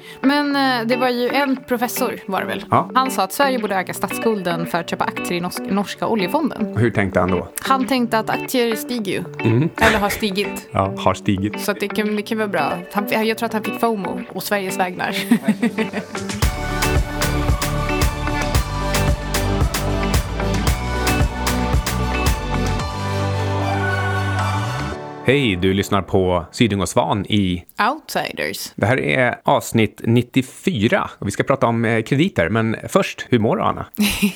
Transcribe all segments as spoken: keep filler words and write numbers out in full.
Men eh, det var ju en professor var det väl. Ja. Han sa att Sverige borde öka statsskulden för att köpa aktier i norska, norska oljefonden. Hur tänkte han då? Han tänkte att aktier stiger ju. Mm. Eller har stigit. Ja, har stigit. Så att det, kan, det kan vara bra. Han, jag tror att han fick FOMO och Sveriges vägnar. Hej, du lyssnar på Syding och Svan i Outsiders. Det här är avsnitt nittiofyra och vi ska prata om eh, krediter. Men först, hur mår du, Anna?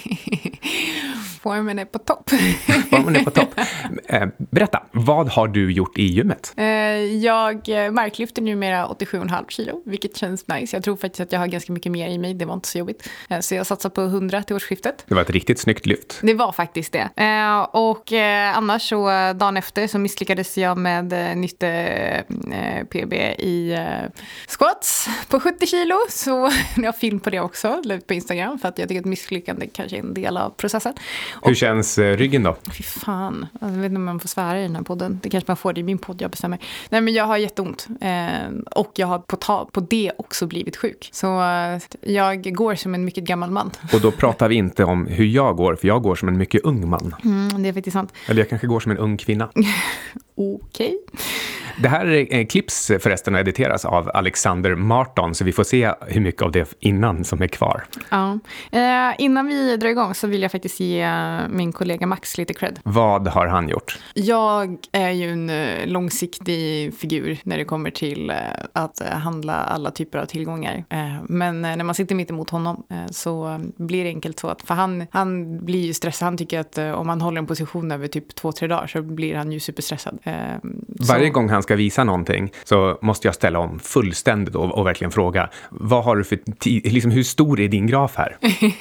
Formen är på topp. Formen är på topp. Eh, berätta, vad har du gjort i gymmet? Eh, jag marklyfter numera åttiosju komma fem kilo, vilket känns nice. Jag tror faktiskt att jag har ganska mycket mer i mig, det var inte så jobbigt. Eh, så jag satsar på hundra till årsskiftet. Det var ett riktigt snyggt lyft. Det var faktiskt det. Eh, och eh, annars så eh, dagen efter så misslyckades jag med eh, nytt eh, P B i eh, squats på sjuttio kilo. Så jag har film på det också, på Instagram, för att jag tycker att misslyckande kanske är en del av processen. Hur känns eh, ryggen då? Fy fan, jag vet inte om man får svära i den här podden. Det kanske man får, det i min podd, jag bestämmer. Nej, men jag har jätteont. Eh, och jag har på, ta- på det också blivit sjuk. Så eh, jag går som en mycket gammal man. Och då pratar vi inte om hur jag går, för jag går som en mycket ung man. Mm, det är faktiskt sant. Eller jag kanske går som en ung kvinna. Okej. Det här eh, klipps förresten och editeras av Alexander Marton, så vi får se hur mycket av det innan som är kvar. Ja. Eh, innan vi drar igång så vill jag faktiskt ge min kollega Max lite cred. Vad har han gjort? Jag är ju en eh, långsiktig figur när det kommer till eh, att eh, handla alla typer av tillgångar. Eh, men eh, när man sitter mitt emot honom eh, så eh, blir det enkelt så att, för han, han blir ju stressad. Han tycker att eh, om man håller en position över typ två, tre dagar så blir han ju superstressad. Eh, Varje så... gång han ska visa någonting så måste jag ställa om fullständigt och, och verkligen fråga, vad har du för ti- liksom, hur stor är din graf här?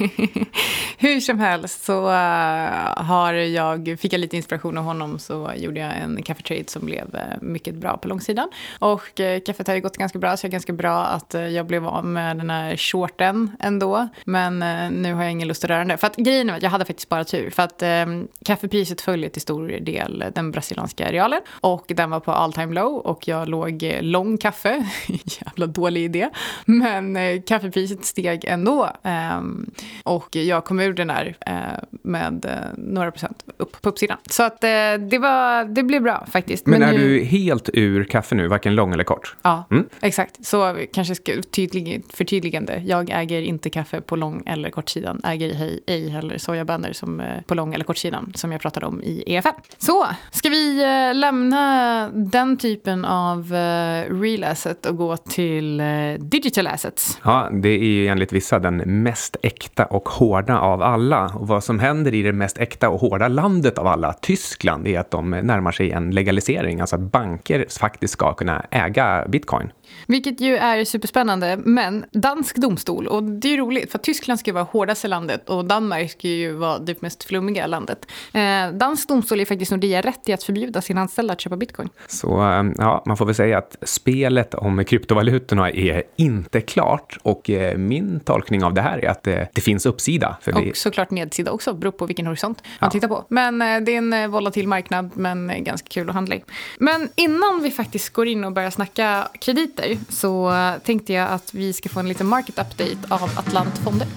Hur som helst så uh, har jag, fick jag lite inspiration av honom, så gjorde jag en kaffetrade som blev uh, mycket bra på långsidan. Och uh, kaffet har ju gått ganska bra, så det är ganska bra att uh, jag blev av med den här shorten ändå. Men uh, nu har jag ingen lust att röra den. För att grejen är att jag hade faktiskt bara tur. För att um, kaffepriset följer till stor del den brasilianska realen. Och den var på all time low och jag låg uh, lång kaffe. Jävla dålig idé. Men uh, kaffepriset steg ändå. Um, och jag kom ur den här uh, med uh, några procent upp på uppsidan. Så att uh, det, var, det blev bra faktiskt. Men, Men är nu... du helt ur kaffe nu, varken lång eller kort? Ja, mm. exakt. Så kanske ska tydlig, förtydligande. Jag äger inte kaffe på lång eller kortsidan. Äger ej, ej heller sojabönor som uh, på lång eller kortsidan, som jag pratade om i E F N. Så, ska vi uh, lämna den typen av uh, real asset och gå till uh, digital assets? Ja, det är ju enligt vissa den mest äkta och hårda av alla. Och vad som händer i det mest äkta och hårda landet av alla, Tyskland, är att de närmar sig en legalisering. Alltså att banker faktiskt ska kunna äga bitcoin. Vilket ju är superspännande, men dansk domstol, och det är ju roligt för Tyskland ska ju vara hårdaste landet och Danmark ska ju vara det mest flummiga landet. Eh, dansk domstol är faktiskt Nordea rätt i att förbjuda sina anställda att köpa bitcoin. Så ja, man får väl säga att spelet om kryptovalutorna är inte klart, och eh, min tolkning av det här är att det, det finns uppsida. För och vi... såklart nedsida också, beror på vilken horisont man ja. tittar på. Men eh, det är en eh, volatil marknad, men eh, ganska kul att handla i. Men innan vi faktiskt går in och börjar snacka krediter så tänkte jag att vi ska få en liten market update av Atlant Fonder.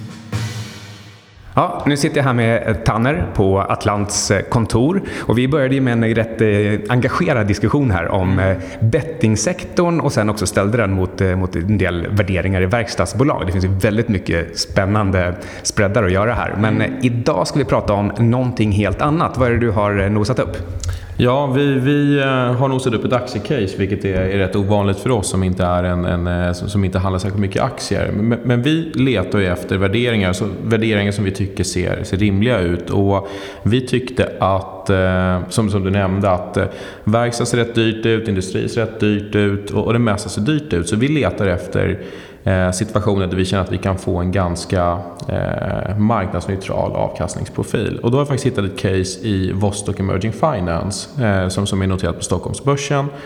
Ja, nu sitter jag här med Tanner på Atlants kontor, och vi började ju med en rätt eh, engagerad diskussion här om eh, bettingsektorn, och sen också ställde den mot, eh, mot en del värderingar i verkstadsbolag. Det finns ju väldigt mycket spännande spreadar att göra här, men eh, idag ska vi prata om någonting helt annat. Vad är det du har eh, nosat upp? Ja, vi, vi har nosat upp ett aktiecase, vilket är, är rätt ovanligt för oss som inte, är en, en, som inte handlar särskilt mycket aktier. Men, men vi letar ju efter värderingar, så värderingar som vi tycker ser, ser rimliga ut. Och vi tyckte att, som, som du nämnde, att verkstad ser rätt dyrt ut, industri ser rätt dyrt ut och, och det mesta ser dyrt ut. Så vi letar efter eh, situationer där vi känner att vi kan få en ganska eh, marknadsneutral avkastningsprofil. Och då har jag faktiskt hittat ett case i Vostok Emerging Finance eh, som, som är noterat på Stockholmsbörsen.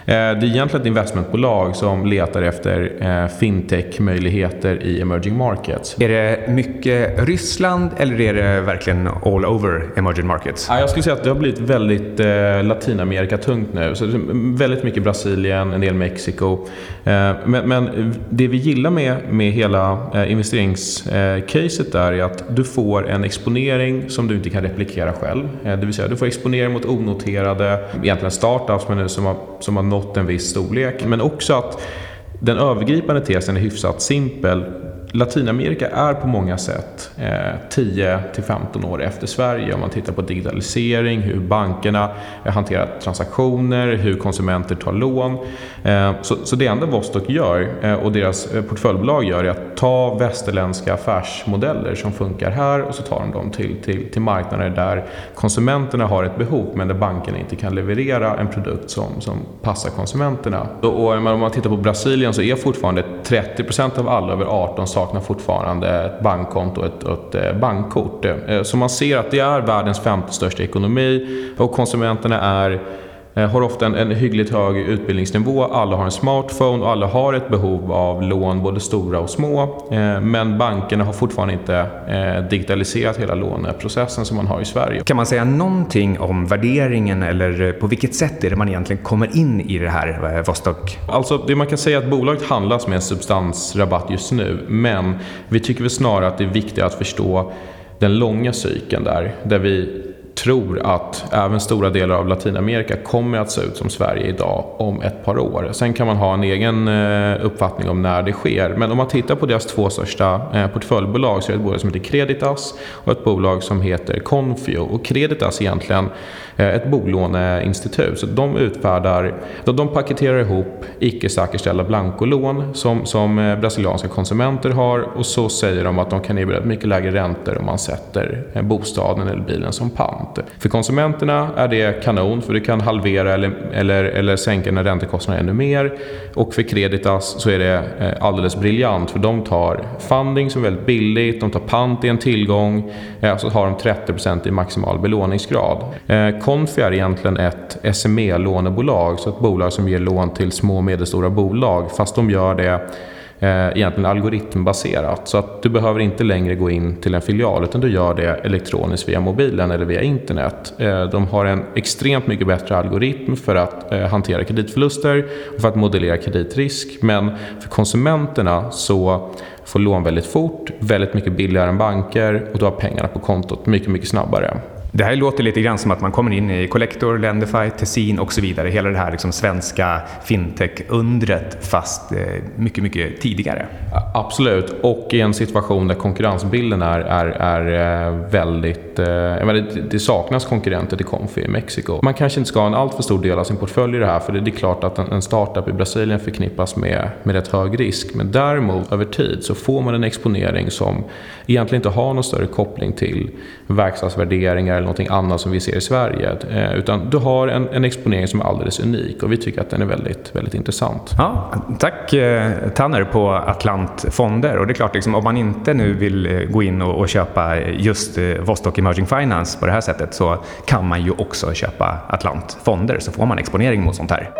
Det är egentligen ett investmentbolag som letar efter fintech-möjligheter i emerging markets. Är det mycket Ryssland eller är det verkligen all over emerging markets? Jag skulle säga att det har blivit väldigt Latinamerika-tungt nu. Så väldigt mycket Brasilien, en del Mexiko. Men, men det vi gillar med, med hela investeringscaset där är att du får en exponering som du inte kan replikera själv. Det vill säga du får exponering mot onoterade, egentligen startups men nu som har, som har nått en viss storlek. Men också att den övergripande tesen är hyfsat simpel. Latinamerika är på många sätt eh, tio till femton år efter Sverige om man tittar på digitalisering, hur bankerna hanterar transaktioner, hur konsumenter tar lån. Eh, så, så det enda Vostok gör eh, och deras portföljbolag gör är att ta västerländska affärsmodeller som funkar här och så tar de dem till, till, till marknader där konsumenterna har ett behov men där bankerna inte kan leverera en produkt som, som passar konsumenterna. Och, och om man tittar på Brasilien så är fortfarande trettio procent av alla över arton saknar fortfarande ett bankkonto och ett, ett bankkort. Så man ser att det är världens femte största ekonomi och konsumenterna är, har ofta en, en hyggligt hög utbildningsnivå. Alla har en smartphone och alla har ett behov av lån, både stora och små. Men bankerna har fortfarande inte digitaliserat hela låneprocessen som man har i Sverige. Kan man säga någonting om värderingen eller på vilket sätt är det man egentligen kommer in i det här Vostok? Alltså det man kan säga att bolaget handlas med en substansrabatt just nu. Men vi tycker väl snarare att det är viktigt att förstå den långa cykeln där. Där vi tror att även stora delar av Latinamerika kommer att se ut som Sverige idag om ett par år. Sen kan man ha en egen uppfattning om när det sker. Men om man tittar på deras två största portföljbolag så är det ett bolag som heter Creditas och ett bolag som heter Konfio. Och Creditas är egentligen ett bolåneinstitut. Så de utfärdar, de paketerar ihop icke-säkerställda blankolån som, som brasilianska konsumenter har och så säger de att de kan erbjuda mycket lägre räntor om man sätter bostaden eller bilen som pant. För konsumenterna är det kanon för du kan halvera eller, eller, eller sänka den räntekostnaden ännu mer. Och för Creditas så är det alldeles briljant för de tar funding som är väldigt billigt, de tar pant i en tillgång och så har de trettio procent i maximal belåningsgrad. Konfi är egentligen ett S M E-lånebolag, så ett bolag som ger lån till små och medelstora bolag fast de gör det egentligen algoritmbaserat så att du behöver inte längre gå in till en filial utan du gör det elektroniskt via mobilen eller via internet. De har en extremt mycket bättre algoritm för att hantera kreditförluster och för att modellera kreditrisk, men för konsumenterna så får lån väldigt fort, väldigt mycket billigare än banker och du har pengarna på kontot mycket, mycket snabbare. Det här låter lite grann som att man kommer in i Collector, Lendify, Tessin och så vidare. Hela det här liksom svenska fintech-undret fast eh, mycket, mycket tidigare. Absolut, och i en situation där konkurrensbilden är, är, är väldigt... Eh, det, det saknas konkurrenter till Konfi i Mexiko. Man kanske inte ska ha en allt för stor del av sin portfölj i det här, för det, det är klart att en, en startup i Brasilien förknippas med, med rätt hög risk. Men däremot över tid så får man en exponering som egentligen inte har någon större koppling till verkstadsvärderingar eller någonting annat som vi ser i Sverige. Eh, utan du har en, en exponering som är alldeles unik och vi tycker att den är väldigt, väldigt intressant. Ja, tack eh, Tanner på Atlant Fonder. Och det är klart, liksom, om man inte nu vill eh, gå in och, och köpa just eh, Vostok Emerging Finance på det här sättet så kan man ju också köpa Atlant Fonder så får man exponering mot sånt här.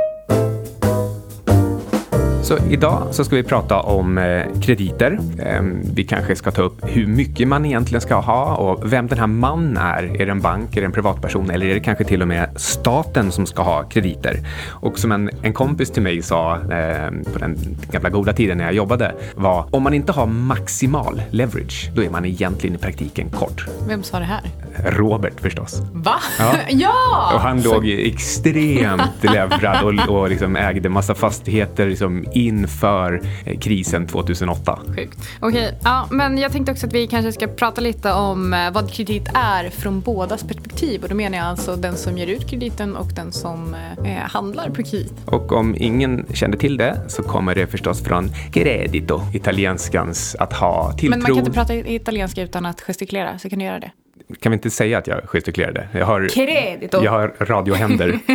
Så idag så ska vi prata om eh, krediter. Eh, vi kanske ska ta upp hur mycket man egentligen ska ha och vem den här man är. Är det en bank, är det en privatperson eller är det kanske till och med staten som ska ha krediter? Och som en, en kompis till mig sa eh, på den gamla goda tiden när jag jobbade var om man inte har maximal leverage då är man egentligen i praktiken kort. Vem sa det här? Robert förstås. Va? Ja! Ja! Och han låg extremt leverad och, och liksom ägde massa fastigheter liksom inför krisen tjugohundraåtta. Sjukt. Okej, ja, men jag tänkte också att vi kanske ska prata lite om vad kredit är från bådas perspektiv. Och då menar jag alltså den som ger ut krediten och den som eh, handlar på kredit. Och om ingen kände till det så kommer det förstås från credito, italienskans att ha tilltro. Men man kan inte prata italienska utan att gestikulera, så kan du göra det. kan vi inte säga att jag gestikulerade? Jag har, Credito. jag har radiohänder. uh,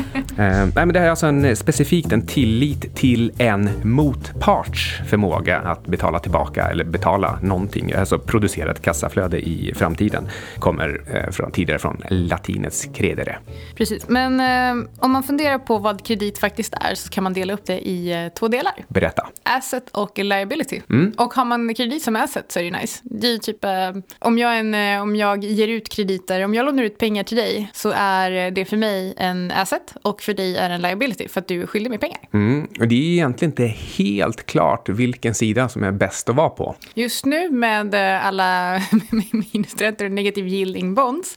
nej, men det här är alltså en, specifikt en tillit till en motparts förmåga att betala tillbaka eller betala någonting. Alltså producera ett kassaflöde i framtiden. Kommer uh, från, tidigare från latinets credere. Precis, men uh, om man funderar på vad kredit faktiskt är så kan man dela upp det i uh, två delar. Berätta. Asset och liability. Mm. Och har man kredit som asset så är det nice. Det är typ, uh, om, jag en, uh, om jag ger ut krediter, om jag lånar ut pengar till dig så är det för mig en asset och för dig är en liability för att du är skyldig med pengar. Mm. Och det är egentligen inte helt klart vilken sida som är bäst att vara på. Just nu med uh, alla minusräntor och negativ yielding bonds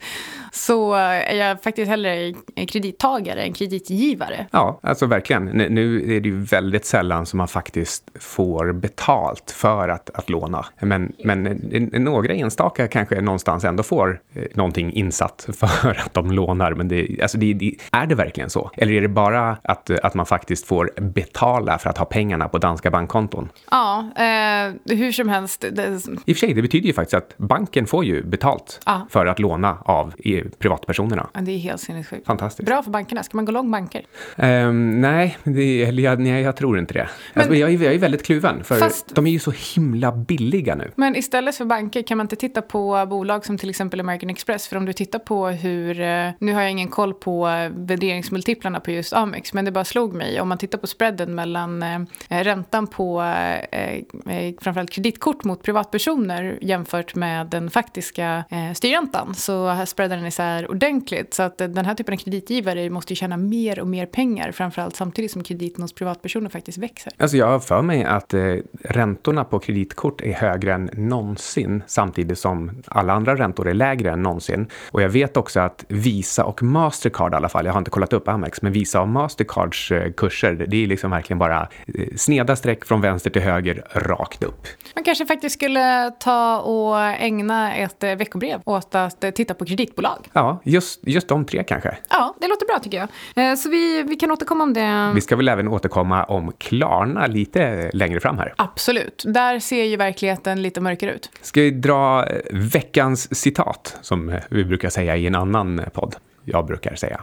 så är jag faktiskt hellre kredittagare än kreditgivare. Ja, alltså verkligen. Nu är det ju väldigt sällan som man faktiskt får betalt för att, att låna. Men, men några enstaka kanske någonstans ändå får någonting insatt för att de lånar. Men det, alltså det, det, är det verkligen så? Eller är det bara att, att man faktiskt får betala för att ha pengarna på danska bankkonton? Ja, eh, hur som helst. Det... I och för sig, det betyder ju faktiskt att banken får ju betalt ja. för att låna av privatpersonerna. Ja, det är helt sinnessjukt. Fantastiskt. Bra för bankerna. Ska man gå lång banker? Um, nej, det, eller jag, nej, jag tror inte det. Men, alltså, jag, är, jag är väldigt kluven, för fast, de är ju så himla billiga nu. Men istället för banker kan man inte titta på bolag som till exempel American Express. För om du tittar på hur, nu har jag ingen koll på värderingsmultiplarna på just Amex, men det bara slog mig. Om man tittar på spreaden mellan eh, räntan på eh, framförallt kreditkort mot privatpersoner jämfört med den faktiska eh, styrräntan, så här spreaden är så här ordentligt. Så att den här typen av kreditgivare måste ju tjäna mer och mer pengar, framförallt samtidigt som krediten hos privatpersoner faktiskt växer. Alltså jag har för mig att eh, räntorna på kreditkort är högre än någonsin, samtidigt som alla andra räntor är lägre än någonsin. Och jag vet också att Visa och Mastercard i alla fall, jag har inte kollat upp Amex, men Visa och Mastercards eh, kurser, det är liksom verkligen bara eh, sneda streck från vänster till höger, rakt upp. Man kanske faktiskt skulle ta och ägna ett eh, veckobrev åt att eh, titta på kreditbolag. Ja, just, just de tre kanske. Ja, det låter bra tycker jag. Eh, så vi, vi kan återkomma om det. Vi ska väl även återkomma om Klarna lite längre fram här. Absolut. Där ser ju verkligheten lite mörkare ut. Ska vi dra veckans citat, som vi brukar säga i en annan podd? Jag brukar säga.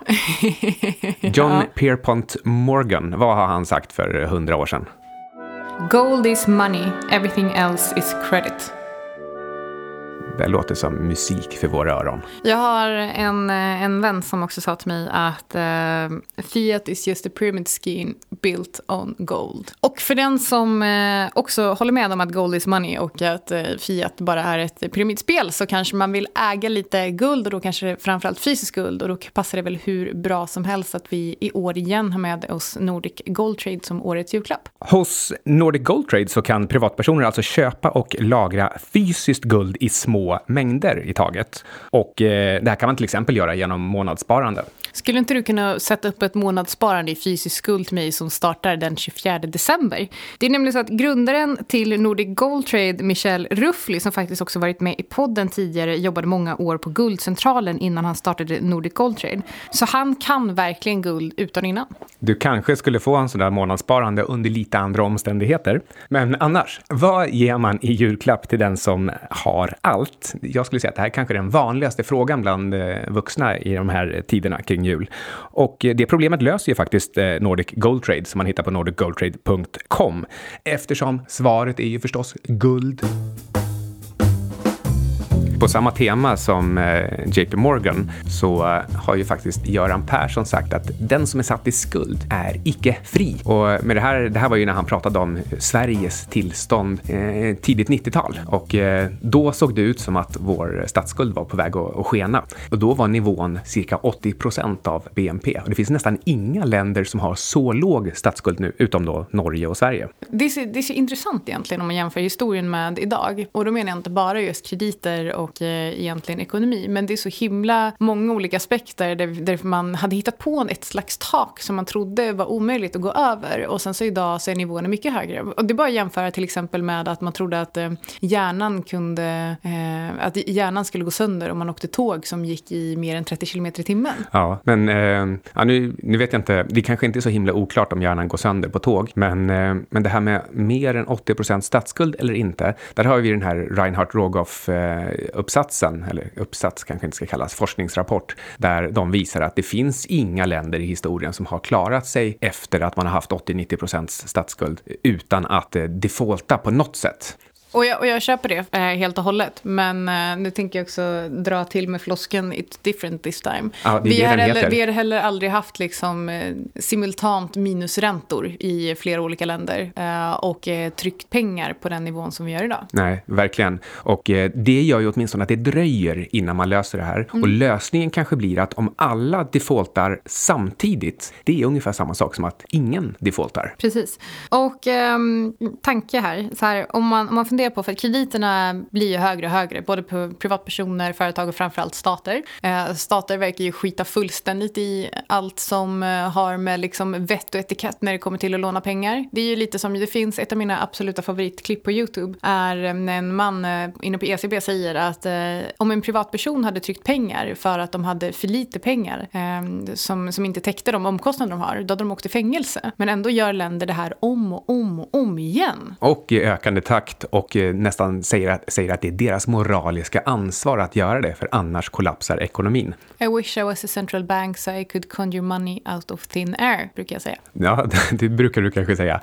John ja. Pierpont Morgan, vad har han sagt för hundra år sedan? Gold is money, everything else is credit. Det låter som musik för våra öron. Jag har en, en vän som också sa till mig att uh, fiat is just a pyramid scheme built on gold. Och för den som uh, också håller med om att gold is money och att uh, fiat bara är ett pyramidspel, så kanske man vill äga lite guld, och då kanske framförallt fysisk guld, och då passar det väl hur bra som helst att vi i år igen har med oss Nordic Gold Trade som årets julklapp. Hos Nordic Gold Trade så kan privatpersoner alltså köpa och lagra fysiskt guld i små mängder i taget. Och eh, det här kan man till exempel göra genom månadssparande. Skulle inte du kunna sätta upp ett månadssparande i fysisk guld till mig som startar den tjugofjärde december? Det är nämligen så att grundaren till Nordic Gold Trade, Michel Ruffly, som faktiskt också varit med i podden tidigare, jobbade många år på Guldcentralen innan han startade Nordic Gold Trade. Så han kan verkligen guld utan innan. Du kanske skulle få en sån där månadssparande under lite andra omständigheter. Men annars, vad ger man i julklapp till den som har allt? Jag skulle säga att det här kanske är den vanligaste frågan bland vuxna i de här tiderna kring jul. Och det problemet löser ju faktiskt Nordic Gold Trade som man hittar på nordic gold trade punkt com, eftersom svaret är ju förstås guld. På samma tema som eh, J P Morgan så eh, har ju faktiskt Göran Persson sagt att den som är satt i skuld är icke fri. Och med det här, det här var ju när han pratade om Sveriges tillstånd eh, tidigt nittiotal. Och eh, då såg det ut som att vår statsskuld var på väg att, att skena. Och då var nivån cirka åttio procent av B N P. Och det finns nästan inga länder som har så låg statsskuld nu, utom då Norge och Sverige. Det är, så, det är så intressant egentligen om man jämför historien med idag. Och då menar jag inte bara just krediter och och egentligen ekonomi. Men det är så himla många olika aspekter där, där man hade hittat på ett slags tak som man trodde var omöjligt att gå över. Och sen så idag så är nivåerna mycket högre. Och det är bara att jämföra till exempel med att man trodde att eh, hjärnan kunde eh, att hjärnan skulle gå sönder om man åkte tåg som gick i mer än trettio kilometer i timmen. Ja, men eh, ja, nu, nu vet jag inte, det kanske inte är så himla oklart om hjärnan går sönder på tåg. Men, eh, men det här med mer än åttio procent statsskuld eller inte, där har vi den här Reinhard Rogoff eh, uppsatsen, eller uppsats kanske inte ska kallas, forskningsrapport, där de visar att det finns inga länder i historien som har klarat sig efter att man har haft åttio till nittio procent statsskuld utan att eh, defaulta på något sätt. Och jag, och jag köper det eh, helt och hållet. Men eh, nu tänker jag också dra till med flosken It's different this time. Ja, vi, har heller, vi har heller aldrig haft liksom, eh, simultant minusräntor i flera olika länder. Eh, och eh, tryckt pengar på den nivån som vi gör idag. Nej, verkligen. Och eh, det gör ju åtminstone att det dröjer innan man löser det här. Mm. Och lösningen kanske blir att om alla defaultar samtidigt, det är ungefär samma sak som att ingen defaultar. Precis. Och eh, tanke här, så här om man, om man funderar på, för att krediterna blir ju högre och högre, både på privatpersoner, företag och framförallt stater. Eh, stater verkar ju skita fullständigt i allt som eh, har med liksom vett och etikett när det kommer till att låna pengar. Det är ju lite som, det finns ett av mina absoluta favoritklipp på YouTube, är när en man eh, inne på E C B säger att eh, om en privatperson hade tryckt pengar för att de hade för lite pengar eh, som, som inte täckte de omkostnader de har, då hade de åkt i fängelse. Men ändå gör länder det här om och om och om igen. Och i ökande takt, och nästan säger att, säger att det är deras moraliska ansvar att göra det, för annars kollapsar ekonomin. I wish I was a central bank so I could conjure money out of thin air, brukar jag säga. Ja, det brukar du kanske säga.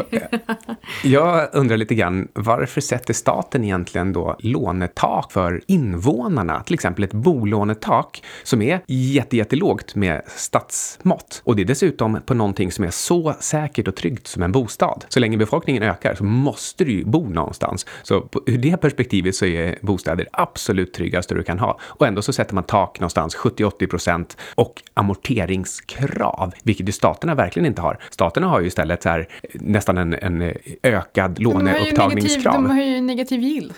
Jag undrar lite grann, varför sätter staten egentligen då lånetak för invånarna? Till exempel ett bolånetak som är jätte, jättelågt med statsmått. Och det är dessutom på någonting som är så säkert och tryggt som en bostad. Så länge befolkningen ökar så måste du ju bo någonstans. Så på, ur det perspektivet så är bostäder absolut tryggaste du kan ha. Och ändå så sätter man tak någonstans sjuttio till åttio procent och amorteringskrav, vilket ju staterna verkligen inte har. Staterna har ju istället så här, nästan en, en ökad låneupptagningskrav. De har ju en negativ yield.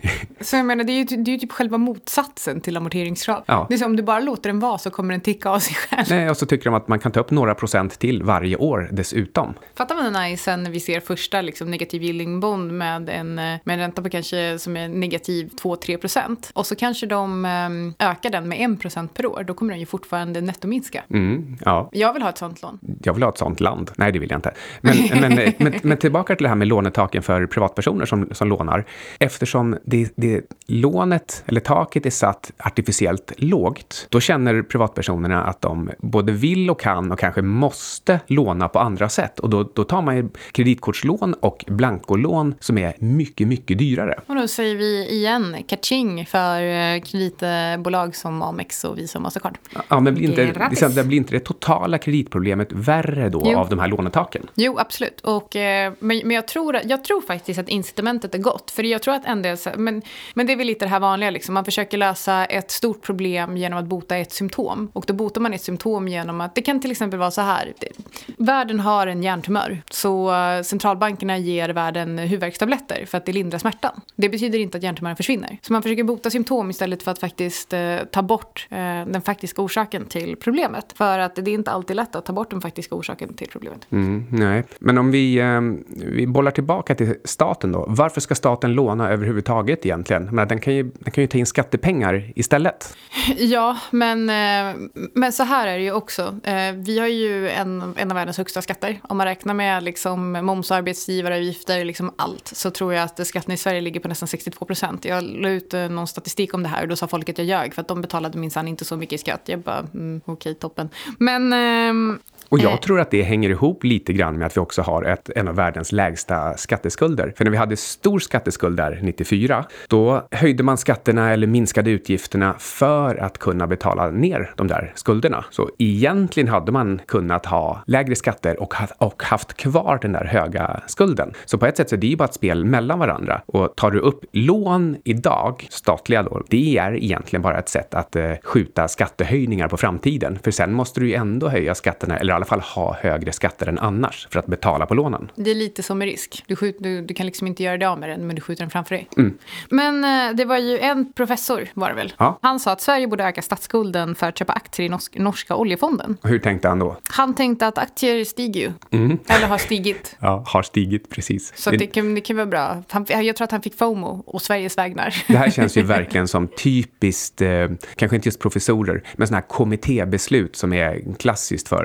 Så jag menar, det är ju, det är ju typ själva motsatsen till amorteringskrav. Ja. Det är som om du bara låter den vara så kommer den ticka av sig själv. Nej, och så tycker de att man kan ta upp några procent till varje år dessutom. Fattar man den sen när vi ser första liksom, negativ yielding-bond med en, med en ränta på kanske som är negativ två till tre procent. Och så kanske de um, ökar den med en procent per år. Då kommer den ju fortfarande nettominska. Mm, ja. Jag vill ha ett sånt lån. Jag vill ha ett sånt land. Nej, det vill jag inte. Men, men, men, men tillbaka till det här med lånetaken för privatpersoner som, som lånar. Eftersom det, det lånet eller taket är satt artificiellt lågt, då känner privatpersonerna att de både vill och kan och kanske måste låna på andra sätt. Och då, då tar man ju kreditkortslån och blankolån som är mycket, mycket dyrare. Och då säger vi igen kaching för kreditbolag som Amex och Visa och Mastercard. Ja, men blir inte, det, det blir inte det totala kreditproblemet värre då jo. Av de här lånetaken? Jo, absolut. Och, men, men jag, tror, jag tror faktiskt att incitamentet är gott. För jag tror att en del, men, men det är väl lite det här vanliga. Liksom. Man försöker lösa ett stort problem genom att bota ett symptom. Och då botar man ett symptom genom att, det kan till exempel vara så här. Det, världen har en hjärntumör. Så centralbankerna ger världen huvudvärkstabletter för att det lindrar smärtan. Det betyder inte att hjärntumören försvinner. Så man försöker bota symptom istället för att faktiskt eh, ta bort eh, den faktiska orsaken till problemet. För att det är inte alltid lätt att ta bort den faktiska orsaken till problemet. Mm, nej, men om vi, eh, vi bollar tillbaka till staten då. Varför ska staten låna överhuvudtaget egentligen? Men den kan ju, den kan ju ta in skattepengar istället. Ja, men, eh, men så här är det ju också. Eh, vi har ju en, en av världens högsta skatter. Om man räknar med liksom, moms- och arbetsgivaravgifter, liksom allt, så tror jag att skatten i Sverige ligger på nästan sextiotvå procent. Jag la ut eh, någon statistik om det här och då sa folk att jag ljög för att de betalade minsann inte så mycket i skatt. Jag bara, mm, okej, okay, toppen. Men... Eh, Och jag tror att det hänger ihop lite grann med att vi också har ett, en av världens lägsta skatteskulder. För när vi hade stor skatteskuld där nittiofyra, då höjde man skatterna eller minskade utgifterna för att kunna betala ner de där skulderna. Så egentligen hade man kunnat ha lägre skatter och, och haft kvar den där höga skulden. Så på ett sätt så är det ju bara ett spel mellan varandra. Och tar du upp lån idag, statliga då, det är egentligen bara ett sätt att eh, skjuta skattehöjningar på framtiden. För sen måste du ju ändå höja skatterna, eller i alla fall ha högre skatter än annars för att betala på lånen. Det är lite som en risk. Du, skjut, du, du kan liksom inte göra det av med den, men du skjuter den framför dig. Mm. Men eh, det var ju en professor, var det väl? Ja. Han sa att Sverige borde öka statsskulden för att köpa aktier i norsk, norska oljefonden. Hur tänkte han då? Han tänkte att aktier stiger ju. Mm. Eller har stigit. Ja, har stigit, precis. Så det, det, kan, det kan vara bra. Han, jag tror att han fick FOMO och Sveriges vägnar. Det här känns ju verkligen som typiskt, eh, kanske inte just professorer, men sådana här kommittébeslut som är klassiskt för politiker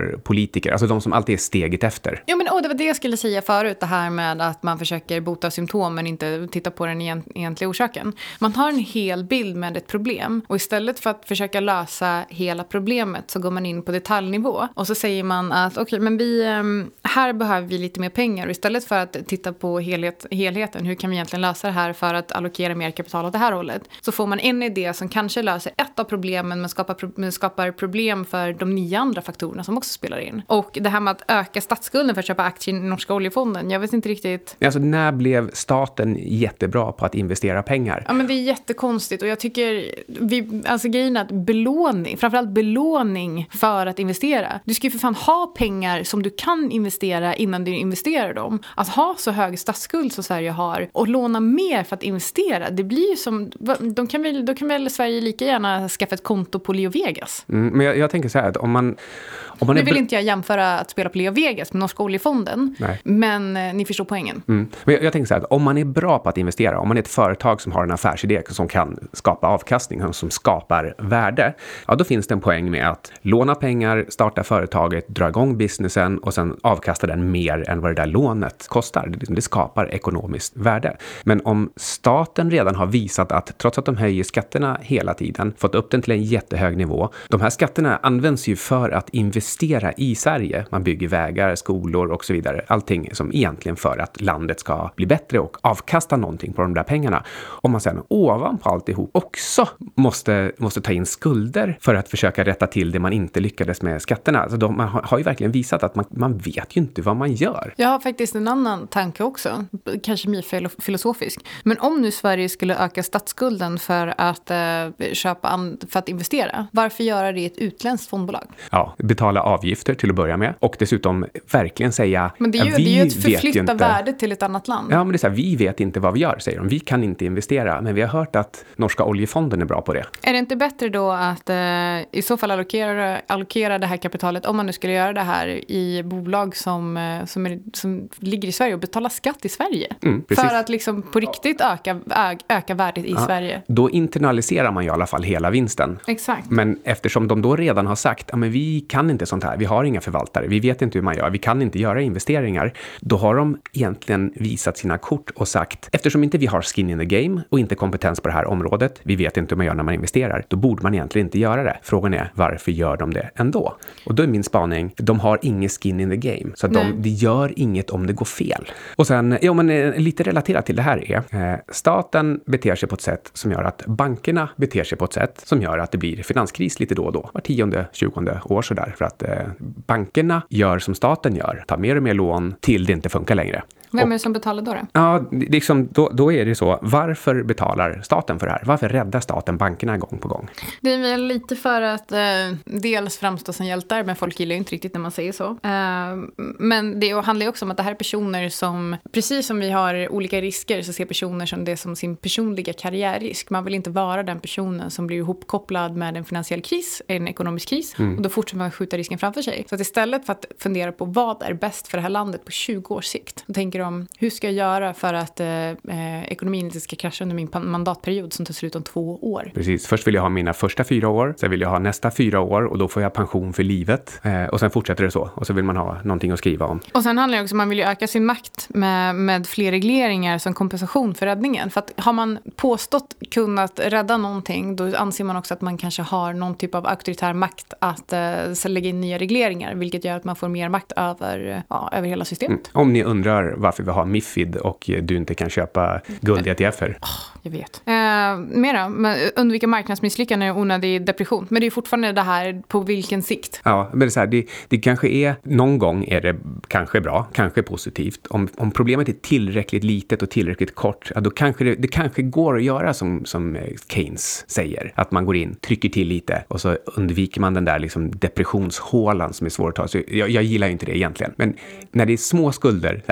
politiker, alltså de som alltid är steget efter. Jo, men oh, det var det jag skulle säga förut, det här med att man försöker bota symptom men inte titta på den egentliga orsaken. Man har en hel bild med ett problem och istället för att försöka lösa hela problemet så går man in på detaljnivå och så säger man att okej, okay, men vi, här behöver vi lite mer pengar och istället för att titta på helhet, helheten, hur kan vi egentligen lösa det här för att allokera mer kapital åt det här hållet, så får man en idé som kanske löser ett av problemen men skapar, men skapar problem för de nio andra faktorerna som också spelar in. Och det här med att öka statsskulden för att köpa aktier i norska oljefonden, jag vet inte riktigt. Alltså när blev staten jättebra på att investera pengar? Ja, men det är jättekonstigt och jag tycker vi, alltså grejen är att belåning, framförallt belåning för att investera. Du ska ju för fan ha pengar som du kan investera innan du investerar dem. Att ha så hög statsskuld som Sverige har och låna mer för att investera, det blir ju som, de kan väl, då kan väl Sverige lika gärna skaffa ett konto på Leo Vegas. Mm, men jag, jag tänker så här att om man... Om man nu är vill br- inte jag jämföra att spela på Leo Vegas med norska oljefonden. Nej. Men eh, ni förstår poängen. Mm. Men jag, jag tänker så här att om man är bra på att investera, om man är ett företag som har en affärsidé som kan skapa avkastning, som skapar värde, ja då finns det en poäng med att låna pengar, starta företaget, dra igång businessen och sen avkasta den mer än vad det där lånet kostar. Det, det skapar ekonomiskt värde. Men om staten redan har visat att trots att de höjer skatterna hela tiden, fått upp den till en jättehög nivå, de här skatterna används ju för att investera i Sverige. Man bygger vägar, skolor och så vidare. Allting som egentligen för att landet ska bli bättre och avkasta någonting på de där pengarna. Om man sen ovanpå alltihop också måste, måste ta in skulder för att försöka rätta till det man inte lyckades med skatterna. Alltså de, man har ju verkligen visat att man, man vet ju inte vad man gör. Jag har faktiskt en annan tanke också. Kanske mer filosofisk. Men om nu Sverige skulle öka statsskulden för att eh, köpa an- för att investera, varför göra det i ett utländskt fondbolag? Ja, betala avgifter till att börja med och dessutom verkligen säga men det är ju, ja, vi det är ju att vet förflytta inte, värdet till ett annat land. Ja, men det är så här, vi vet inte vad vi gör, säger de. Vi kan inte investera, men vi har hört att norska oljefonden är bra på det. Är det inte bättre då att eh, i så fall allokera, allokera det här kapitalet, om man nu skulle göra det här i bolag som, eh, som, är, som ligger i Sverige och betala skatt i Sverige? Mm, för att liksom på riktigt öka, ö, öka värdet i ja, Sverige. Då internaliserar man ju i alla fall hela vinsten. Exakt. Men eftersom de då redan har sagt att ja, vi kan inte sånt här, vi har inga förvaltare, vi vet inte hur man gör, vi kan inte göra investeringar, då har de egentligen visat sina kort och sagt, eftersom inte vi har skin in the game och inte kompetens på det här området, vi vet inte hur man gör när man investerar, då borde man egentligen inte göra det. Frågan är, varför gör de det ändå? Och då är min spaning, de har ingen skin in the game, så att de, de gör inget om det går fel. Och sen, ja men lite relaterat till det här är, eh, staten beter sig på ett sätt som gör att bankerna beter sig på ett sätt som gör att det blir finanskris lite då och då, var tionde, tjugonde år sådär, för att eh, bankerna gör som staten gör, tar mer och mer lån till det inte funkar längre. Vem är det som betalar då? då? Ja, liksom, då, då är det så. Varför betalar staten för det här? Varför räddar staten bankerna gång på gång? Det är väl lite för att eh, dels framstå som hjältar, men folk gillar ju inte riktigt när man säger så. Eh, men det handlar ju också om att det här är personer som, precis som vi har olika risker, så ser personer som det som sin personliga karriärrisk. Man vill inte vara den personen som blir ihopkopplad med en finansiell kris, en ekonomisk kris, mm. och då fortsätter man skjuta risken framför sig. Så att istället för att fundera på vad är bäst för det här landet på tjugo års sikt, då tänker de, hur ska jag göra för att eh, ekonomin inte ska krascha under min mandatperiod som tar slut om två år? Precis, först vill jag ha mina första fyra år, sen vill jag ha nästa fyra år och då får jag pension för livet. Eh, och sen fortsätter det så, och så vill man ha någonting att skriva om. Och sen handlar det också om att man vill ju öka sin makt med, med fler regleringar som kompensation för räddningen. För att har man påstått kunnat rädda någonting, då anser man också att man kanske har någon typ av auktoritär makt att eh, lägga in nya regleringar, vilket gör att man får mer makt över, ja, över hela systemet. Mm. Om ni undrar varför vi har MiFID och du inte kan köpa guld i E T F-er. Oh, jag vet. Eh, mera, men undvika marknadsmisslyckande och onödig depression. Men det är fortfarande det här på vilken sikt. Ja, men det är så här, det, det kanske är, någon gång är det kanske bra, kanske positivt. Om, om problemet är tillräckligt litet och tillräckligt kort, ja, då kanske det, det kanske går att göra som, som Keynes säger. Att man går in, trycker till lite och så undviker man den där liksom depressionshålan som är svår att ta. Så jag, jag gillar ju inte det egentligen. Men när det är små skulder, så här, tio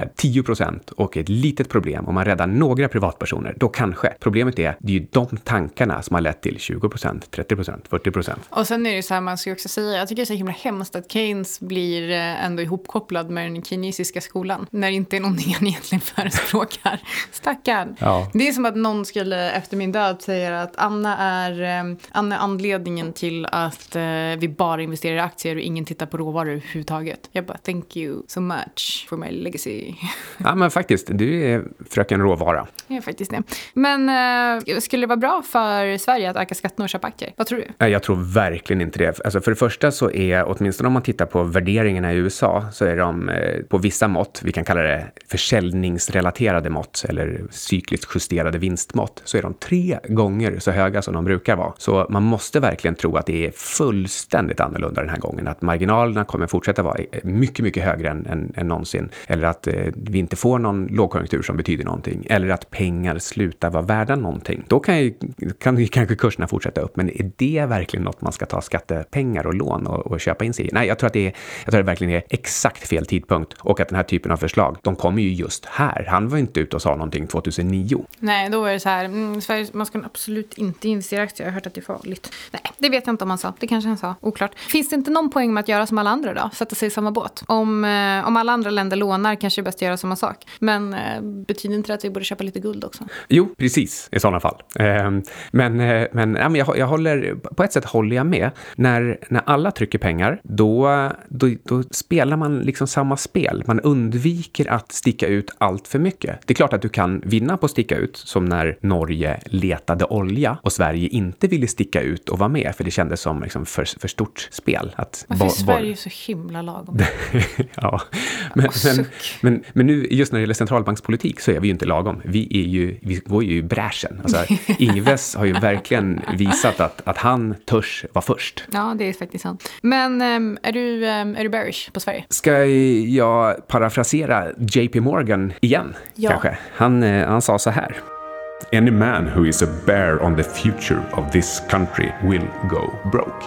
procent och ett litet problem om man räddar några privatpersoner, då kanske. Problemet är, det är ju de tankarna som har lett till tjugo procent, trettio procent, fyrtio procent. Och sen är det ju så här, man ska också säga, jag tycker det är så himla hemskt att Keynes blir ändå ihopkopplad med den kinesiska skolan, när det inte är någonting han egentligen förespråkar. Stackarn. Ja. Det är som att någon skulle efter min död säga att Anna är, Anna är anledningen till att vi bara investerar i aktier och ingen tittar på råvaror överhuvudtaget. Jag bara, thank you so much for my legacy. Ja, men faktiskt, du är fröken råvara. Ja, faktiskt det. Men äh, skulle det vara bra för Sverige att öka skatterna och köpa aktier? Vad tror du? Jag tror verkligen inte det. Alltså för det första så är, åtminstone om man tittar på värderingarna i U S A, så är de eh, på vissa mått, vi kan kalla det försäljningsrelaterade mått eller cykliskt justerade vinstmått, så är de tre gånger så höga som de brukar vara. Så man måste verkligen tro att det är fullständigt annorlunda den här gången. Att marginalerna kommer fortsätta vara mycket, mycket högre än, än, än någonsin. Eller att eh, vi inte får någon lågkonjunktur som betyder någonting. Eller att pengar slutar vara värda någonting. Då kan ju, kan ju kanske kurserna fortsätta upp. Men är det verkligen något man ska ta skattepengar och lån och, och köpa in sig i? Nej, jag tror att det är, jag tror att det verkligen är exakt fel tidpunkt. Och att den här typen av förslag, de kommer ju just här. Han var inte ute och sa någonting tjugohundranio. Nej, då är det så här, mm, Sverige, man ska absolut inte investera i aktier. Jag har hört att det är farligt. Nej, det vet jag inte om han sa. Det kanske han sa. Oklart. Finns det inte någon poäng med att göra som alla andra då? Sätta sig i samma båt? Om, eh, om alla andra länder lånar kanske det är bäst att göra samma sak. Men eh, betyder inte det att vi borde köpa lite guld också? Jo, precis. I sådana fall. Eh, men eh, men, ja, men jag, jag håller, på ett sätt håller jag med. När, när alla trycker pengar, då, då, då spelar man liksom samma spel. Man undviker att sticka ut allt för mycket. Det är klart att du kan vinna på att sticka ut, som när Norge letade olja och Sverige inte ville sticka ut och vara med, för det kändes som liksom för, för stort spel. Att Varför är Sverige bo- så himla lagom? Ja, men, men, men, men nu just när det gäller centralbankspolitik så är vi ju inte lagom. Vi, är ju, vi går ju i bräschen. Alltså, Ingves har ju verkligen visat att, att han törs vara först. Ja, det är faktiskt sant. Men um, är, du, um, är du bearish på Sverige? Ska jag parafrasera J P Morgan igen? Ja. Kanske. Han, han sa så här. Any man who is a bear on the future of this country will go broke.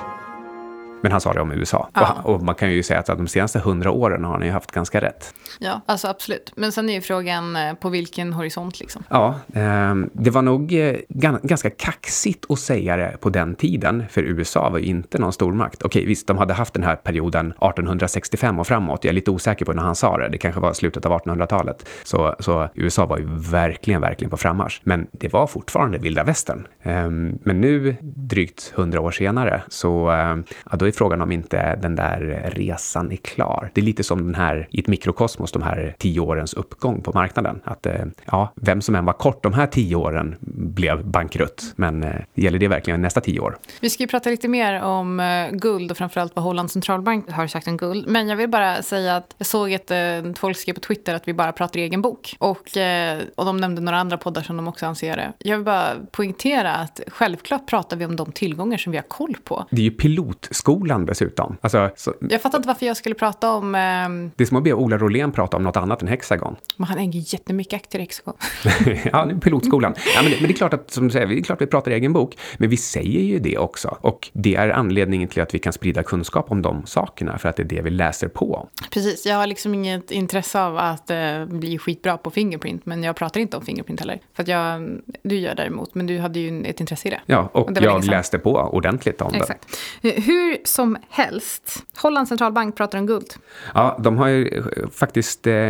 Men han sa det om U S A. Ja. Och, och man kan ju säga att de senaste hundra åren har han ju haft ganska rätt. Ja, alltså absolut. Men sen är ju frågan på vilken horisont liksom. Ja, eh, det var nog eh, ganska kaxigt att säga det på den tiden. För U S A var ju inte någon stormakt. Okej, visst, de hade haft den här perioden arton sextiofem och framåt. Jag är lite osäker på när han sa det. Det kanske var slutet av artonhundratalet. Så, så U S A var ju verkligen, verkligen på frammarsch. Men det var fortfarande vilda västern. Eh, men nu, drygt hundra år senare, så eh, ja, då är frågan om inte den där resan är klar. Det är lite som den här i ett mikrokosmos, de här tio årens uppgång på marknaden. Att ja, vem som än var kort de här tio åren blev bankrutt. Men eh, gäller det verkligen nästa tio år? Vi ska ju prata lite mer om eh, guld och framförallt vad Hollands centralbank har sagt om guld. Men jag vill bara säga att jag såg att eh, folk skrev på Twitter att vi bara pratar egen bok. Och, eh, och de nämnde några andra poddar som de också anser det. Jag vill bara poängtera att självklart pratar vi om de tillgångar som vi har koll på. Det är ju pilotskolan dessutom. Alltså, så, jag fattar inte varför jag skulle prata om... Eh, det är som att be Ola Rolén prata om något annat än Hexagon. Men han äger jättemycket aktier i Hexagon. Ja, det är pilotskolan. Ja, men, det, men det är klart att, som du säger, det är klart vi pratar egen bok. Men vi säger ju det också. Och det är anledningen till att vi kan sprida kunskap om de sakerna. För att det är det vi läser på. Precis, jag har liksom inget intresse av att eh, bli skitbra på Fingerprint. Men jag pratar inte om Fingerprint heller. För att jag, du gör däremot, men du hade ju ett intresse i det. Ja, och, och jag läste på ordentligt om Exakt. det. Hur som helst, Hollands centralbank pratar om guld. Ja, de har ju faktiskt eh,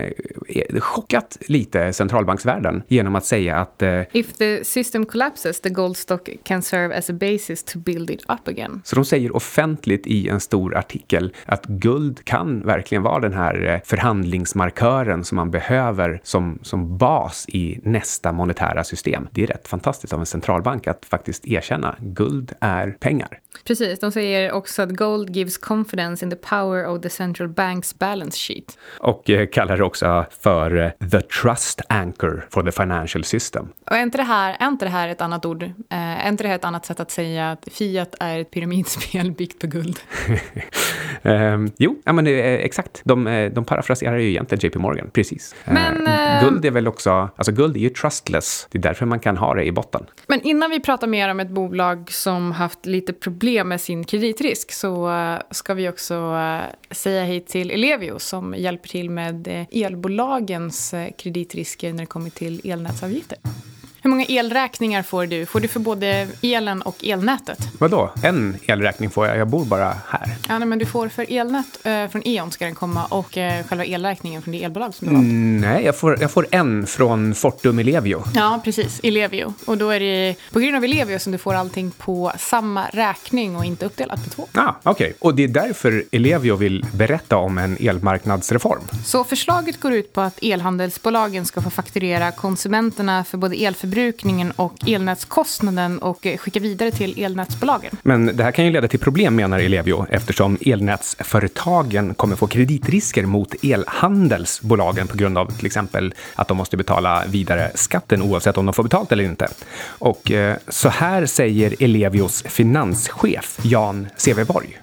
chockat lite centralbanksvärlden genom att säga att... Eh, If the system collapses, the gold stock can serve as a basis to build it up again. Så de säger offentligt i en stor artikel att guld kan verkligen vara den här förhandlingsmarkören som man behöver som, som bas i nästa monetära system. Det är rätt fantastiskt av en centralbank att faktiskt erkänna guld är pengar. Precis, de säger också att gold gives confidence in the power of the central bank's balance sheet. Och eh, kallar det också för uh, the trust anchor for the financial system. Och är inte det här är inte det här ett annat ord? Är inte det här ett annat sätt att säga att fiat är ett pyramidspel byggt på guld? um, jo, ja, men det är exakt. De, de parafraserar ju egentligen J P Morgan, precis. Men, uh, guld är väl också, alltså guld är ju trustless. Det är därför man kan ha det i botten. Men innan vi pratar mer om ett bolag som haft lite problem med sin kreditrisk så uh, ska vi också uh, säga hej till Ellevio som hjälper till med uh, elbolagens uh, kreditrisker när det kommer till elnätsavgifter. Hur många elräkningar får du? Får du för både elen och elnätet? Vadå? En elräkning får jag. Jag bor bara här. Ja, nej, men du får för elnät eh, från E O N ska den komma och eh, själva elräkningen från det elbolag som du har. Mm, nej, jag får, jag får en från Fortum Ellevio. Ja, precis. Ellevio. Och då är det på grund av Ellevio som du får allting på samma räkning och inte uppdelat på två. Ja, ah, okej. Okay. Och det är därför Ellevio vill berätta om en elmarknadsreform. Så förslaget går ut på att elhandelsbolagen ska få fakturera konsumenterna för både elförbrukningen och elnätskostnaden och skicka vidare till elnätsbolagen. Men det här kan ju leda till problem, menar Ellevio, eftersom elnätsföretagen kommer få kreditrisker mot elhandelsbolagen på grund av till exempel att de måste betala vidare skatten oavsett om de får betalt eller inte. Och eh, så här säger Ellevios finanschef Jan Seveborg.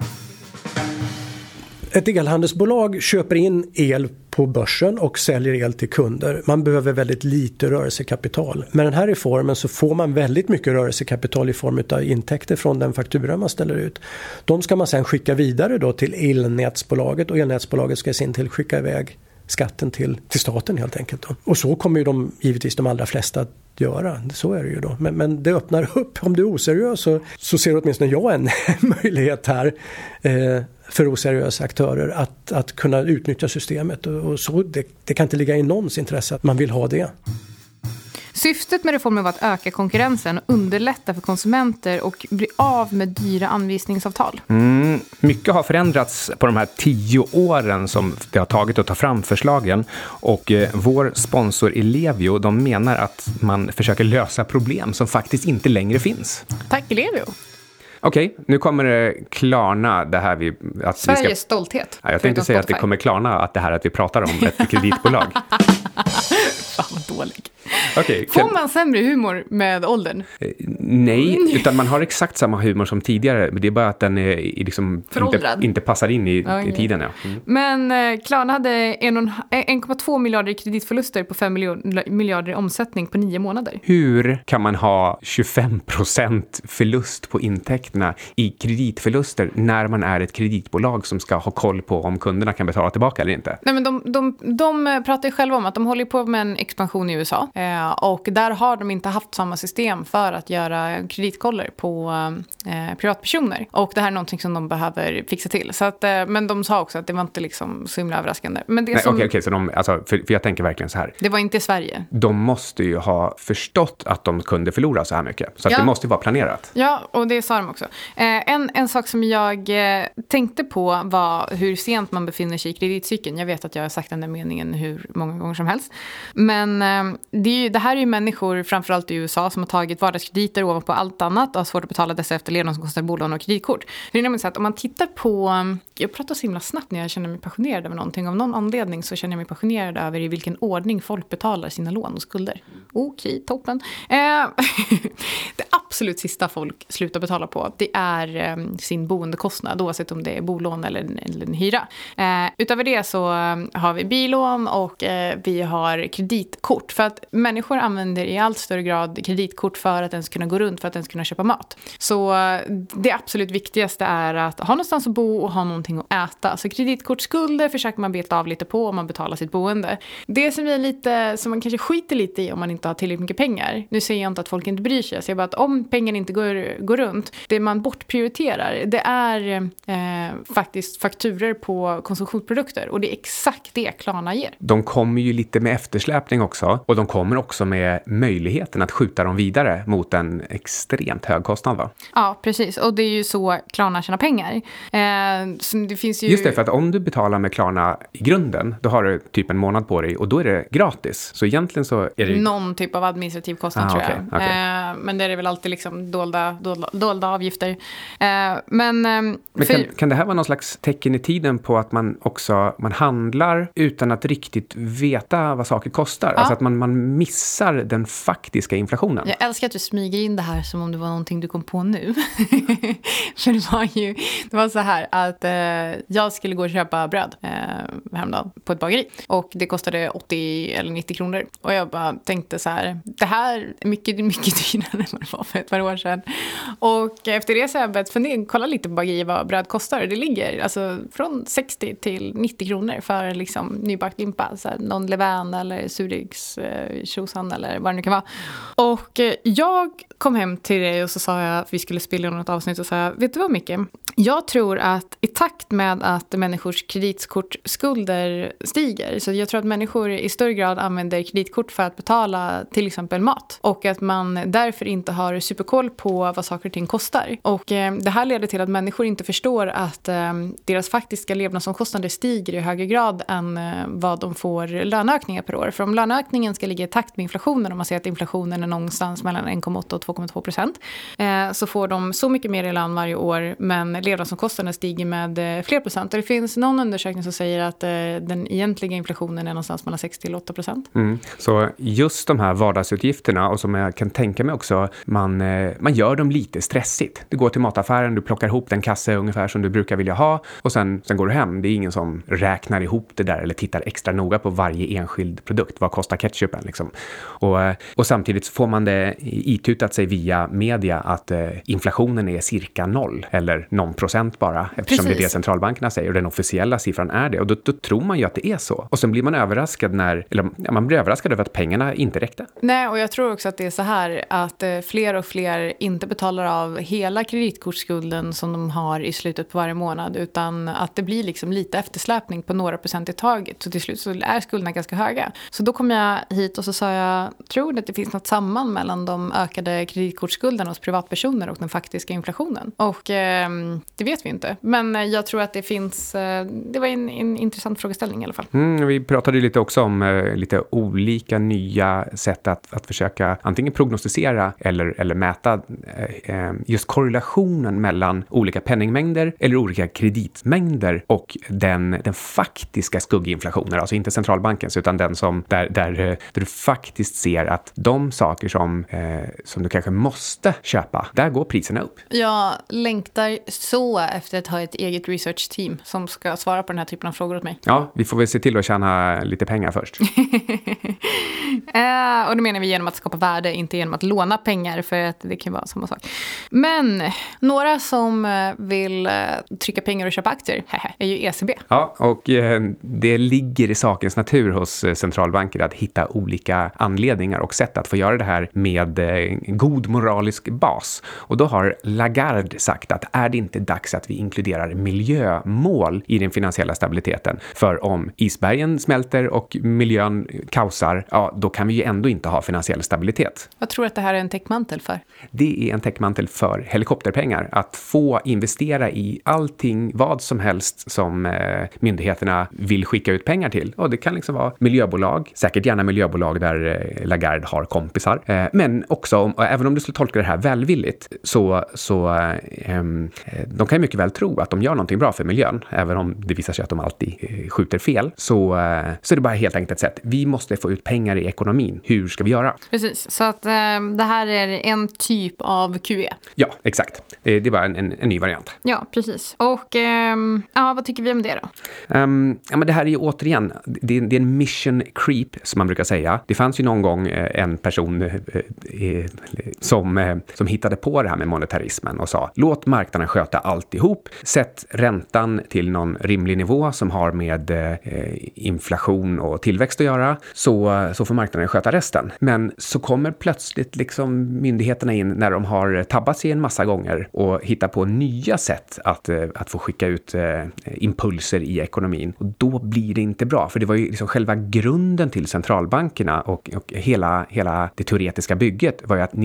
Ett elhandelsbolag köper in el på börsen och säljer el till kunder. Man behöver väldigt lite rörelsekapital. Med den här reformen så får man väldigt mycket rörelsekapital i form av intäkter från den faktura man ställer ut. De ska man sedan skicka vidare då till elnätsbolaget och elnätsbolaget ska sin till skicka iväg skatten till, till staten helt enkelt. Då. Och så kommer ju de, givetvis de allra flesta att göra. Så är det ju då. Men, men det öppnar upp. Om du är oseriös så, så ser åtminstone jag en möjlighet här eh, för oseriösa aktörer att, att kunna utnyttja systemet. Och, och så, det, det kan inte ligga i någons intresse att man vill ha det. Syftet med reformen var att öka konkurrensen och underlätta för konsumenter och bli av med dyra anvisningsavtal. Mm, mycket har förändrats på de här tio åren som det har tagit att ta fram förslagen. Och eh, vår sponsor Ellevio, de menar att man försöker lösa problem som faktiskt inte längre finns. Tack Ellevio! Okej, okay, nu kommer det klarna det här vi... Att Sveriges vi ska... stolthet. Ja, jag tänkte säga att det kommer klarna att det här att vi pratar om ett kreditbolag. Fan vad dålig. Okay, Får kan... man sämre humor med åldern? Eh, nej, utan man har exakt samma humor som tidigare. Men det är bara att den är liksom inte, inte passar in i, okay. i tiden. Ja. Mm. Men eh, Klarna hade en komma två miljarder i kreditförluster på fem miljarder i omsättning på nio månader. Hur kan man ha tjugofem procent förlust på intäkterna i kreditförluster när man är ett kreditbolag som ska ha koll på om kunderna kan betala tillbaka eller inte? Nej, men de, de, de pratar ju själva om att de håller på med en expansion i U S A. Eh, och där har de inte haft samma system för att göra kreditkoller på eh, privatpersoner. Och det här är någonting som de behöver fixa till. Så att, eh, men de sa också att det var inte liksom så himla överraskande. Men det Nej, som... okej, okej, så de, alltså, för, för jag tänker verkligen så här. Det var inte i Sverige. De måste ju ha förstått att de kunde förlora så här mycket. Så att ja. det måste ju vara planerat. Ja, och det sa de också. Eh, en, en sak som jag eh, tänkte på var hur sent man befinner sig i kreditcykeln. Jag vet att jag har sagt den där meningen hur många gånger som helst. Men eh, det, är ju, det här är ju människor, framförallt i U S A, som har tagit vardagskrediter ovanpå allt annat och har svårt att betala dessa efterlevnad som kostar bolån och kreditkort. Det är nämligen så att om man tittar på... Jag pratar så himla snabbt när jag känner mig passionerad över någonting. Av någon anledning så känner jag mig passionerad över i vilken ordning folk betalar sina lån och skulder. Okej, toppen. Eh, det absolut sista folk slutar betala på, det är eh, sin boendekostnad, oavsett om det är bolån eller en, eller en hyra. Eh, utöver det så eh, har vi bilån och eh, vi har kreditkort. För att människor använder i allt större grad kreditkort för att ens kunna gå runt, för att ens kunna köpa mat. Så eh, det absolut viktigaste är att ha någonstans att bo och ha någonting att äta. Så kreditkortsskulder försöker man beta av lite på om man betalar sitt boende. Det som är lite, som man kanske skiter lite i om man inte har tillräckligt mycket pengar. Nu säger jag inte att folk inte bryr sig. Jag säger bara att om pengarna inte går, går runt, det man bortprioriterar, det är eh, faktiskt fakturer på konsumtionsprodukter. Och det är exakt det Klarna ger. De kommer ju lite med eftersläpning också. Och de kommer också med möjligheten att skjuta dem vidare mot en extremt hög kostnad, va? Ja, precis. Och det är ju så Klarna tjänar pengar. Eh, så det finns ju... Just det, för att om du betalar med Klarna i grunden, då har du typ en månad på dig och då är det gratis. Så egentligen så är det... Någon typ av administrativ kostnad, ah, tror okay, jag. Okay. Eh, men det är väl alltid liksom dolda, dolda, dolda avgifter. Eh, men... Eh, men för... kan, kan det här vara någon slags tecken i tiden på att man också man handlar utan att riktigt veta vad saker kostar? Ja. Alltså att man, man missar den faktiska inflationen. Jag älskar att du smyger in det här som om det var någonting du kom på nu. För det var ju det var så här att eh, jag skulle gå och köpa bröd eh, häromdagen på ett bageri. Och det kostade åttio eller nittio kronor. Och jag bara tänkte så här, det här är mycket, mycket dyrare än vad det var för ett par år sedan. Och efter det så har jag börjat fundera, kolla lite på bageri vad bröd kostar. Det ligger alltså från sextio till nittio kronor för liksom nybakt limpa. Så här, någon levain eller surdegs eh, tjosan eller vad det nu kan vara. Och eh, jag kom hem till dig och så sa jag att vi skulle spela något avsnitt och sa, vet du vad Micke? Jag tror att i takt med att människors kreditkortsskulder stiger, så jag tror att människor i större grad använder kreditkort för att betala till exempel mat. Och att man därför inte har superkoll på vad saker och ting kostar. Och eh, det här leder till att människor inte förstår att eh, deras faktiska levnadsomkostnader stiger i högre grad än eh, vad de får löneökningar per år. För om löneökningen ska ligga i takt med inflationen, om man säger att inflationen är någonstans mellan en komma åtta och två komma två procent, eh, så får de så mycket mer i lön varje år, men levnadsomkostnaderna stiger med eh, fler procent. Och det finns någon undersökning som säger att eh, den egentliga inflationen är någonstans mellan sex till åtta procent. Mm. Så just de här vardagsutgifterna, och som jag kan tänka mig också, man, eh, man gör dem lite stressigt. Du går till mataffären, du plockar ihop den kasse ungefär som du brukar vilja ha, och sen, sen går du hem. Det är ingen som räknar ihop det där eller tittar extra noga på varje enskild produkt. Vad kostar ketchupen liksom? Och, och samtidigt får man det itutat sig via media att eh, inflationen är cirka noll eller någon procent bara, eftersom Precis. Det är det centralbankerna säger, och den officiella siffran är det. Och då, då tror man ju att det är så. Och sen blir man överraskad när, eller ja, man blir överraskad över att pengarna inte räckte. Nej, och jag tror också att det är så här att eh, fler och fler inte betalar av hela kreditkortsskulden som de har i slutet på varje månad, utan att det blir liksom lite eftersläpning på några procent i taget. Så till slut så är skulderna ganska höga. Så då kom jag hit och så sa jag, tror du att det finns något samband mellan de ökade kreditkortsskulderna hos privatpersoner och den faktiska inflationen? Och eh, det vet vi inte. Men jag tror att det finns, eh, det var en, en intressant frågeställning i alla fall. Mm, vi pratade lite också om eh, lite olika nya sätt att, att försöka antingen prognostisera eller, eller mäta eh, just korrelationen mellan olika penningmängder eller olika kreditmängder och den, den faktiska skugginflationen, alltså inte centralbankens utan den som där, där, där du faktiskt ser att de saker som, eh, som du kanske måste köpa, där går priserna upp. Jag längtar så efter att ha ett eget research-team som ska svara på den här typen av frågor åt mig. Ja, vi får väl se till att tjäna lite pengar först. eh, och det menar vi genom att skapa värde, inte genom att låna pengar, för att det kan vara samma sak. Men några som vill trycka pengar och köpa aktier är ju E C B. Ja, och eh, det ligger i sakens natur hos centralbanker att hitta olika anledningar och sätt att få göra det här med eh, god moralisk bas. Och då har Lagarde sagt att är det inte dags att vi inkluderar miljömål i den finansiella stabiliteten? För om isbergen smälter och miljön kaosar, ja, då kan vi ju ändå inte ha finansiell stabilitet. Jag tror att det här är en täckmantel för. Det är en täckmantel för helikopterpengar. Att få investera i allting, vad som helst som eh, myndigheterna vill skicka ut pengar till. Och det kan liksom vara miljöbolag, säkert gärna miljöbolag där eh, Lagarde har kompisar. Eh, men också, om, även om du skulle tolka det här välvilligt, så, så eh, de kan ju mycket väl tro att de gör någonting bra för miljön. Även om det visar sig att de alltid eh, skjuter fel. Så, eh, så är det bara helt enkelt ett sätt. Vi måste få ut pengar i ekonomin. Hur ska vi göra? Precis, så att eh, det här är en typ av Q E. Ja, exakt. Det, det var en, en, en ny variant. Ja, precis. Och eh, ja, vad tycker vi om det då? Um, ja, men det här är ju återigen, det, det är en mission creep som man brukar säga. Det fanns ju någon gång eh, en person eh, eh, som, eh, som hittade på det här med monetarismen och sa, låt marknaden sköta alltihop. Sätt räntan till någon rimlig nivå som har med eh, inflation och tillväxt att göra, så, så får marknaden sköta resten. Men så kommer plötsligt liksom myndigheterna in när de har tabbat sig en massa gånger och hittar på nya sätt att, att få skicka ut eh, impulser i ekonomin. Och då blir det inte bra, för det var ju liksom själva grunden till centralbankerna och, och hela, hela det teoretiska bygget var ju att ni,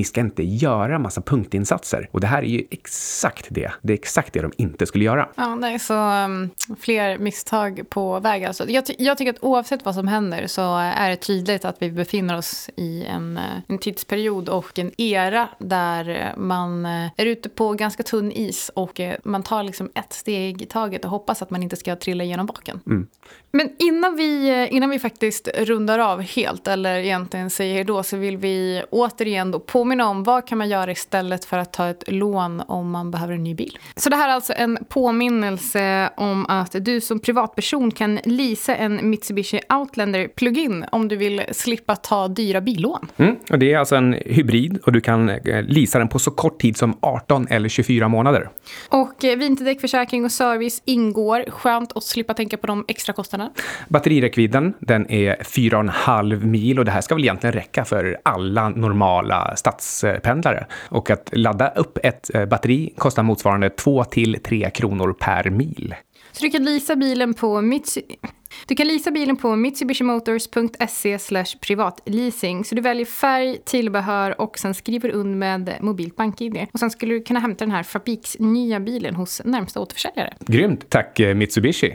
ska inte göra massa punktinsatser. Och det här är ju exakt det. Det är exakt det de inte skulle göra. Ja, det är så um, fler misstag på väg. Alltså. Jag, ty- jag tycker att oavsett vad som händer så är det tydligt att vi befinner oss i en, en tidsperiod och en era där man är ute på ganska tunn is och man tar liksom ett steg i taget och hoppas att man inte ska trilla igenom baken. Mm. Men innan vi, innan vi faktiskt rundar av helt eller egentligen säger hej då, så vill vi återigen då påminna om vad kan man göra istället för att ta ett lån om man behöver en ny bil. Så det här är alltså en påminnelse om att du som privatperson kan leasa en Mitsubishi Outlander plug-in om du vill slippa ta dyra billån. Mm, och det är alltså en hybrid och du kan leasa den på så kort tid som arton eller tjugofyra månader. Och vinterdäckförsäkring och service ingår. Skönt att slippa tänka på de extra kostnaderna. Batteriräckvidden, den är fyra och en halv mil och det här ska väl egentligen räcka för alla normala stadspendlare. Och att ladda upp ett batteri kostar motsvarande två till tre kronor per mil. Så du kan leasa bilen på Mitsubishi... Du kan leasa bilen på mitsubishimotors.se slash privatleasing. Så du väljer färg, tillbehör och sen skriver under med mobilt bank-I D. Och sen skulle du kunna hämta den här fabriksnya bilen hos närmsta återförsäljare. Grymt, tack Mitsubishi.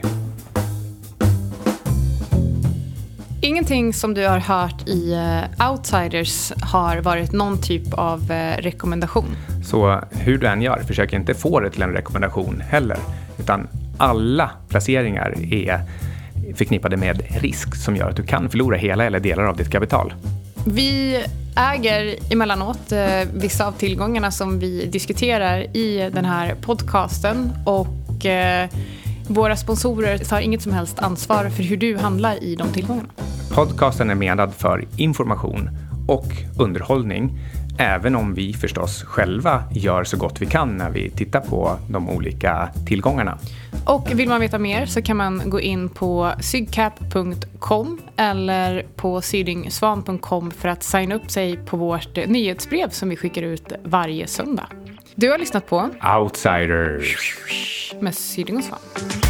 Ingenting som du har hört i uh, Outsiders har varit någon typ av uh, rekommendation. Så hur du än gör, försök inte få det till en rekommendation heller. Utan alla placeringar är förknippade med risk som gör att du kan förlora hela eller delar av ditt kapital. Vi äger emellanåt eh, vissa av tillgångarna som vi diskuterar i den här podcasten och eh, våra sponsorer tar inget som helst ansvar för hur du handlar i de tillgångarna. Podcasten är menad för information och underhållning, även om vi förstås själva gör så gott vi kan när vi tittar på de olika tillgångarna. Och vill man veta mer så kan man gå in på sygcap punkt com eller på sydingsvan punkt com för att signa upp sig på vårt nyhetsbrev som vi skickar ut varje söndag. Du har lyssnat på Outsiders med Syding och Svan.